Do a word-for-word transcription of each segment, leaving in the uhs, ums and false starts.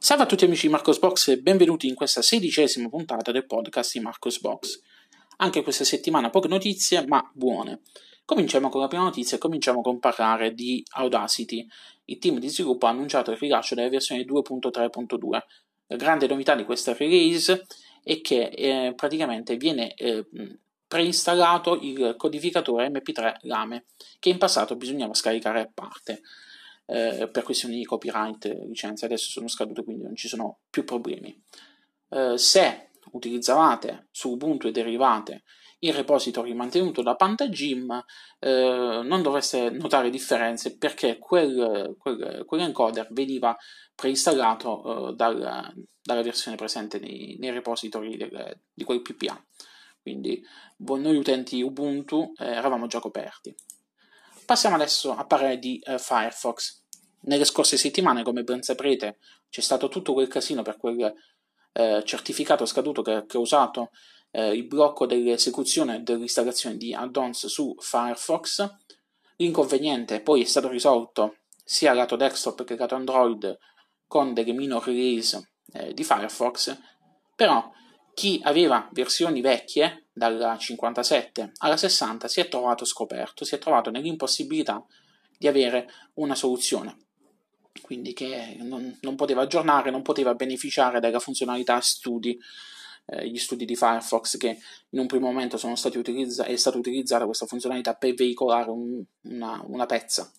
Salve a tutti amici di Marcosbox e benvenuti in questa sedicesima puntata del podcast di Marcosbox. Anche questa settimana poche notizie, ma buone. Cominciamo con la prima notizia e cominciamo con parlare di Audacity. Il team di sviluppo ha annunciato il rilascio della versione due punto tre punto due. La grande novità di questa release è che eh, praticamente viene eh, preinstallato il codificatore M P tre Lame, che in passato bisognava scaricare a parte. Eh, per questioni di copyright e licenze adesso sono scadute, quindi non ci sono più problemi. Eh, se utilizzavate su Ubuntu e derivate il repository mantenuto da Pantagim, eh, non dovreste notare differenze perché quel, quel, quell'encoder veniva preinstallato eh, dal, dalla versione presente nei, nei repository del, di quel P P A. Quindi noi utenti Ubuntu eh, eravamo già coperti. Passiamo adesso a parlare di uh, Firefox. Nelle scorse settimane, come ben saprete, c'è stato tutto quel casino per quel uh, certificato scaduto che, che ha usato uh, il blocco dell'esecuzione e dell'installazione di add-ons su Firefox. L'inconveniente poi è stato risolto sia lato desktop che lato Android con delle minor release uh, di Firefox, però chi aveva versioni vecchie, dalla cinquantasette alla sessanta, si è trovato scoperto, si è trovato nell'impossibilità di avere una soluzione, quindi che non, non poteva aggiornare, non poteva beneficiare della funzionalità studi, eh, gli studi di Firefox, che in un primo momento sono stati utilizza- è stata utilizzata questa funzionalità per veicolare un, una, una pezza.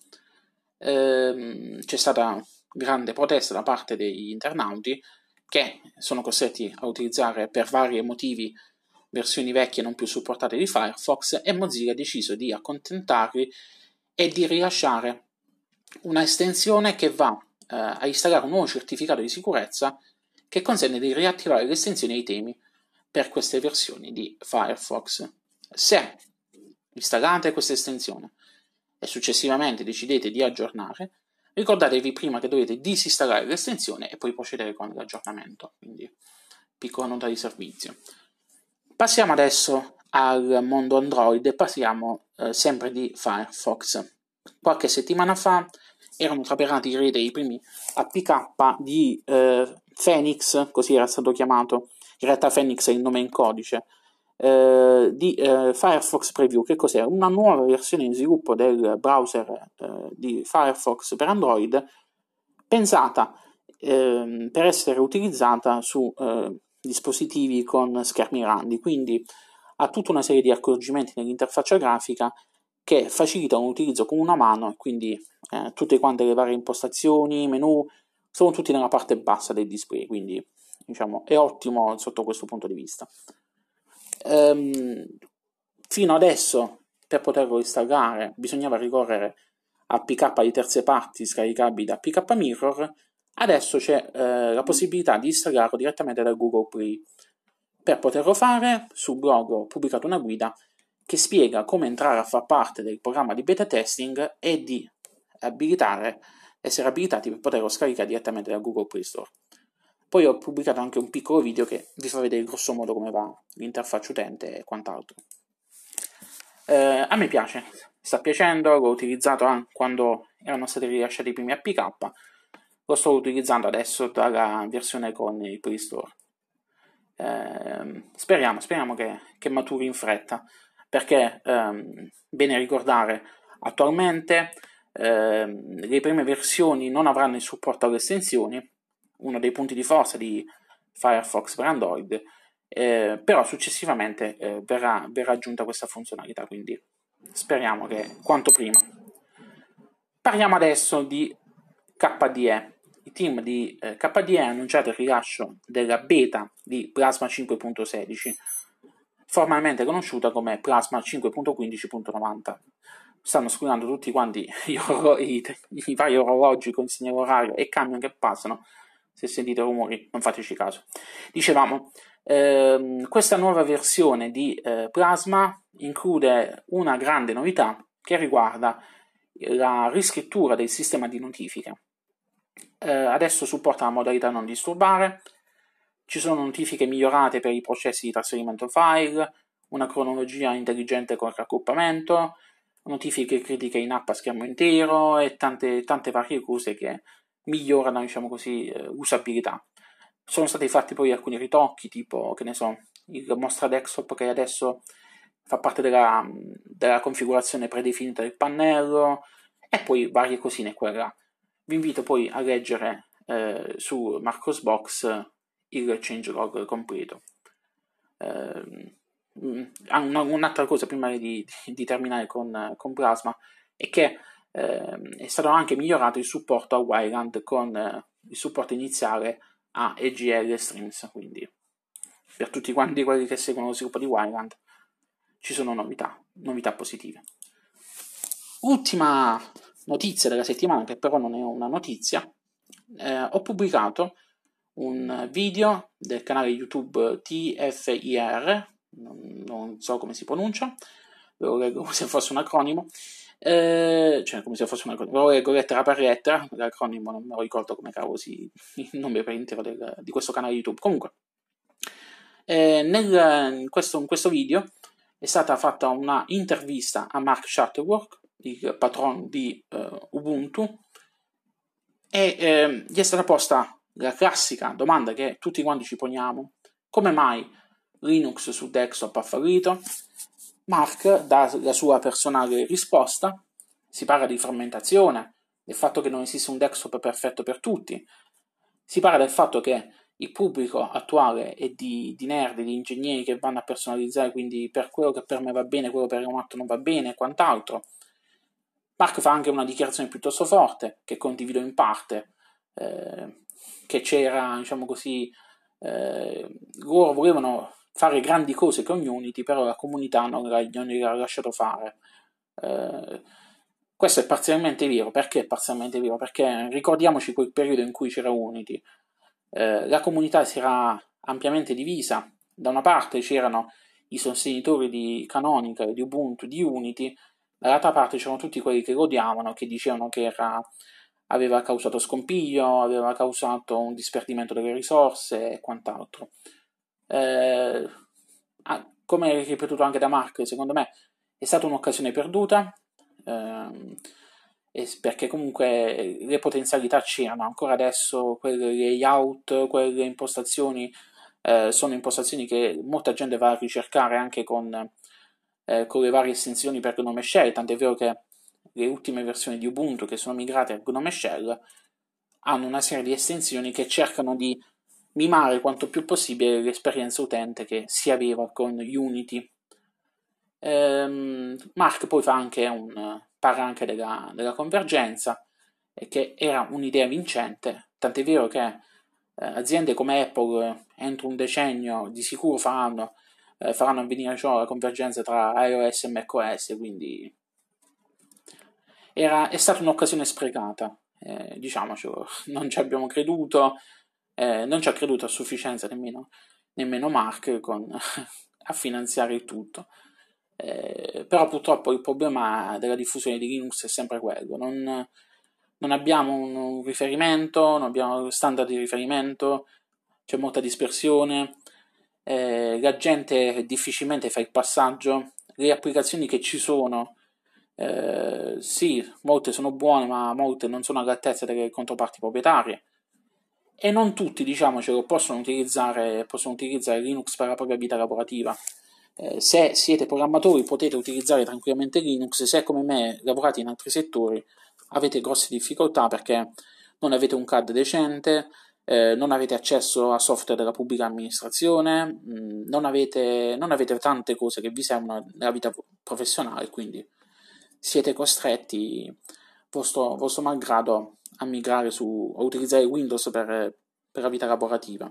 Ehm, c'è stata grande protesta da parte degli internauti, che sono costretti a utilizzare per vari motivi versioni vecchie non più supportate di Firefox, e Mozilla ha deciso di accontentarli e di rilasciare una estensione che va eh, a installare un nuovo certificato di sicurezza che consente di riattivare le estensioni ai temi per queste versioni di Firefox. Se installate questa estensione e successivamente decidete di aggiornare, ricordatevi prima che dovete disinstallare l'estensione e poi procedere con l'aggiornamento, quindi piccola nota di servizio. Passiamo adesso al mondo Android e parliamo eh, sempre di Firefox. Qualche settimana fa erano trapelati in rete i primi A P K di eh, Phoenix, così era stato chiamato, in realtà Phoenix è il nome in codice, eh, di eh, Firefox Preview. Che cos'è? Una nuova versione in sviluppo del browser eh, di Firefox per Android, pensata eh, per essere utilizzata su eh, dispositivi con schermi grandi, quindi ha tutta una serie di accorgimenti nell'interfaccia grafica che facilitano l'utilizzo con una mano, e quindi eh, tutte quante le varie impostazioni, menu, sono tutti nella parte bassa del display, quindi diciamo è ottimo sotto questo punto di vista. Ehm, fino adesso per poterlo installare bisognava ricorrere a A P K di terze parti scaricabili da A P K Mirror. Adesso c'è eh, la possibilità di installarlo direttamente da Google Play. Per poterlo fare, sul blog ho pubblicato una guida che spiega come entrare a far parte del programma di beta testing e di abilitare, essere abilitati per poterlo scaricare direttamente da Google Play Store. Poi ho pubblicato anche un piccolo video che vi fa vedere grosso modo come va l'interfaccia utente e quant'altro. Eh, a me piace, sta piacendo, l'ho utilizzato anche quando erano stati rilasciati i primi A P K, lo sto utilizzando adesso dalla versione con il Play Store. Eh, speriamo, speriamo che, che maturi in fretta, perché ehm, bene ricordare, attualmente ehm, le prime versioni non avranno il supporto alle estensioni, uno dei punti di forza di Firefox per Android, eh, però successivamente eh, verrà, verrà aggiunta questa funzionalità, quindi speriamo che quanto prima. Parliamo adesso di K D E. Il team di eh, K D E ha annunciato il rilascio della beta di Plasma cinque punto sedici, formalmente conosciuta come Plasma cinque punto quindici punto novanta. Stanno squillando tutti quanti gli oro- i, i vari orologi con il segnale orario e camion che passano. Se sentite rumori non fateci caso. Dicevamo, ehm, questa nuova versione di eh, Plasma include una grande novità che riguarda la riscrittura del sistema di notifiche. Eh, adesso supporta la modalità non disturbare, ci sono notifiche migliorate per i processi di trasferimento file, una cronologia intelligente con raggruppamento, notifiche critiche in app a schermo intero e tante, tante varie cose che migliorano, diciamo così, eh, usabilità. Sono stati fatti poi alcuni ritocchi, tipo, che ne so, il Mostra Desktop che adesso fa parte della, della configurazione predefinita del pannello, e poi varie cosine qua e là. Vi invito poi a leggere eh, su Marcosbox il changelog completo. Eh, una, un'altra cosa prima di, di terminare con, con Plasma è che eh, è stato anche migliorato il supporto a Wayland con eh, il supporto iniziale a E G L Streams, quindi per tutti quanti quelli che seguono lo sviluppo di Wayland ci sono novità, novità positive. Ultima notizia della settimana, che però non è una notizia, eh, ho pubblicato un video del canale YouTube T F I R, non, non so come si pronuncia, ve lo leggo come se fosse un acronimo, eh, cioè come se fosse un acronimo, ve lo leggo lettera per lettera, l'acronimo non me lo ricordo come cavolo si, il nome per intero del, di questo canale YouTube. Comunque, eh, nel, in, questo, in questo video è stata fatta una intervista a Mark Shuttleworth, il patron di uh, Ubuntu, e eh, gli è stata posta la classica domanda che tutti quanti ci poniamo: come mai Linux su desktop ha fallito? Mark dà la sua personale risposta, si parla di frammentazione, del fatto che non esiste un desktop perfetto per tutti, si parla del fatto che il pubblico attuale è di, di nerd, di ingegneri che vanno a personalizzare, quindi per quello che per me va bene, quello per un altro non va bene e quant'altro. Mark fa anche una dichiarazione piuttosto forte, che condivido in parte, eh, che c'era, diciamo così, eh, loro volevano fare grandi cose con Unity, però la comunità non gliel'ha lasciato fare. Eh, questo è parzialmente vero. Perché è parzialmente vero? Perché ricordiamoci quel periodo in cui c'era Unity. Eh, la comunità si era ampiamente divisa. Da una parte c'erano i sostenitori di Canonical, di Ubuntu, di Unity, dall'altra parte c'erano tutti quelli che lo odiavano, che dicevano che era, aveva causato scompiglio, aveva causato un disperdimento delle risorse e quant'altro. Eh, come ripetuto anche da Mark, secondo me è stata un'occasione perduta, ehm, perché comunque le potenzialità c'erano. Ancora adesso quelle layout, quelle impostazioni eh, sono impostazioni che molta gente va a ricercare anche con Eh, con le varie estensioni per Gnome Shell, tant'è vero che le ultime versioni di Ubuntu che sono migrate a Gnome Shell hanno una serie di estensioni che cercano di mimare quanto più possibile l'esperienza utente che si aveva con Unity. Ehm, Mark poi fa anche un, parla anche della, della convergenza, eh, che era un'idea vincente, tant'è vero che eh, aziende come Apple eh, entro un decennio di sicuro faranno Eh, faranno avvenire ciò la convergenza tra iOS e macOS, quindi era, è stata un'occasione sprecata, eh, diciamocelo, non ci abbiamo creduto, eh, non ci ha creduto a sufficienza nemmeno, nemmeno Mark con, a finanziare il tutto. Eh, però purtroppo il problema della diffusione di Linux è sempre quello, non, non abbiamo un, un riferimento, non abbiamo standard di riferimento, c'è molta dispersione. Eh, la gente difficilmente fa il passaggio, le applicazioni che ci sono, eh, sì, molte sono buone, ma molte non sono all'altezza delle controparti proprietarie, e non tutti, diciamocelo, possono utilizzare, possono utilizzare Linux per la propria vita lavorativa. Eh, se siete programmatori potete utilizzare tranquillamente Linux, se come me lavorate in altri settori avete grosse difficoltà perché non avete un C A D decente, eh, non avete accesso a software della pubblica amministrazione, mh, non, avete, non avete tante cose che vi servono nella vita professionale, quindi siete costretti, vostro, vostro malgrado, a migrare su, a utilizzare Windows per, per la vita lavorativa.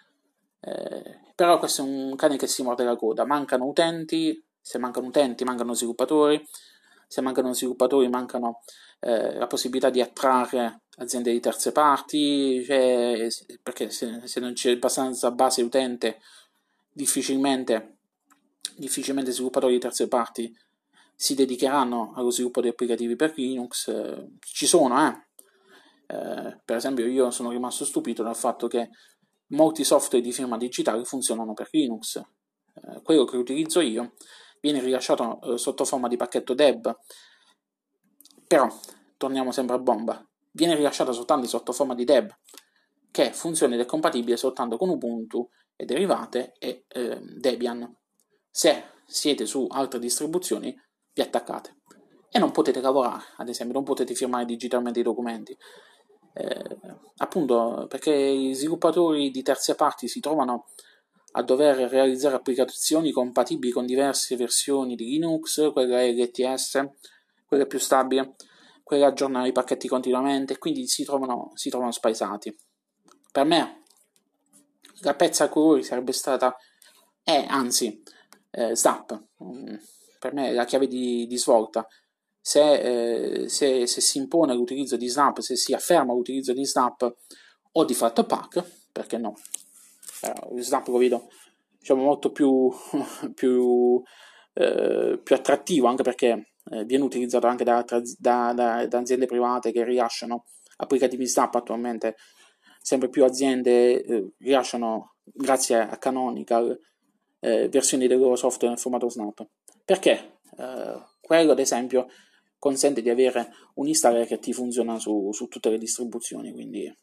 Eh, però questo è un cane che si morde la coda, mancano utenti, se mancano utenti mancano sviluppatori, se mancano sviluppatori mancano eh, la possibilità di attrarre aziende di terze parti, cioè, perché se, se non c'è abbastanza base utente difficilmente, difficilmente sviluppatori di terze parti si dedicheranno allo sviluppo di applicativi per Linux. Eh, ci sono, eh. eh per esempio io sono rimasto stupito dal fatto che molti software di firma digitale funzionano per Linux. Eh, quello che utilizzo io viene rilasciato eh, sotto forma di pacchetto deb, però torniamo sempre a bomba. viene rilasciata soltanto sotto forma di deb, che funziona ed è compatibile soltanto con Ubuntu e derivate e eh, Debian. Se siete su altre distribuzioni, vi attaccate e non potete lavorare, ad esempio, non potete firmare digitalmente i documenti. Eh, appunto perché i sviluppatori di terze parti si trovano a dover realizzare applicazioni compatibili con diverse versioni di Linux, quella L T S, quella più stabile, quella aggiorna i pacchetti continuamente, quindi si trovano, si trovano spaesati. Per me la pezza a colori sarebbe stata, eh, anzi, eh, Snap, mm, per me è la chiave di, di svolta. Se, eh, se, se si impone l'utilizzo di Snap, se si afferma l'utilizzo di Snap o di Flatpak, perché no? Eh, Snap lo vedo, diciamo, molto più, più, eh, più attrattivo, anche perché eh, viene utilizzato anche da, da, da, da aziende private che rilasciano applicativi Snap attualmente. Sempre più aziende eh, rilasciano, grazie a Canonical, eh, versioni del loro software nel formato Snap. Perché? Eh, quello, ad esempio, consente di avere un installer che ti funziona su, su tutte le distribuzioni, quindi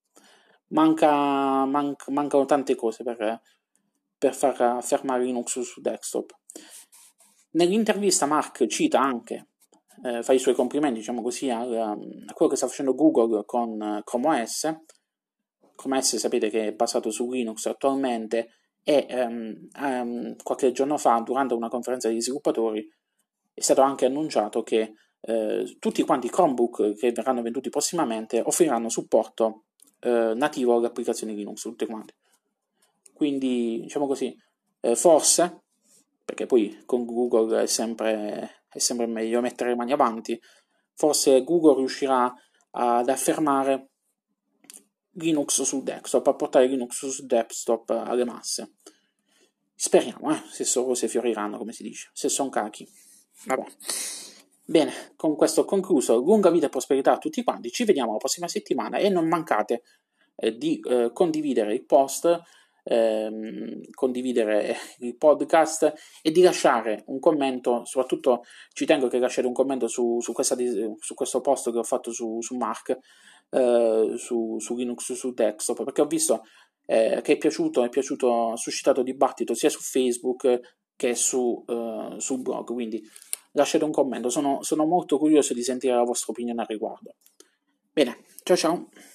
manca, manca, mancano tante cose per, per far affermare Linux su desktop. Nell'intervista Mark cita anche, eh, fa i suoi complimenti, diciamo così, a, a quello che sta facendo Google con Chrome O S. Chrome O S sapete che è basato su Linux attualmente e um, um, qualche giorno fa, durante una conferenza di sviluppatori, è stato anche annunciato che eh, tutti quanti i Chromebook che verranno venduti prossimamente offriranno supporto eh, nativo alle applicazioni Linux, tutte quante. Quindi, diciamo così, eh, forse, perché poi con Google è sempre, è sempre meglio mettere le mani avanti, forse Google riuscirà ad affermare Linux sul desktop, a portare Linux sul desktop alle masse. Speriamo, eh, se solo cose fioriranno, come si dice, se son cachi. Vabbè. Bene, con questo ho concluso. Lunga vita e prosperità a tutti quanti. Ci vediamo la prossima settimana e non mancate eh, di eh, condividere il post, ehm, condividere il podcast e di lasciare un commento. Soprattutto ci tengo che lasciate un commento su, su, questa, su questo post che ho fatto su, su Mark, eh, su, su Linux su desktop, perché ho visto eh, che è piaciuto, è piaciuto, ha suscitato dibattito sia su Facebook che su, uh, sul blog, quindi lasciate un commento, sono, sono molto curioso di sentire la vostra opinione al riguardo. Bene, ciao ciao!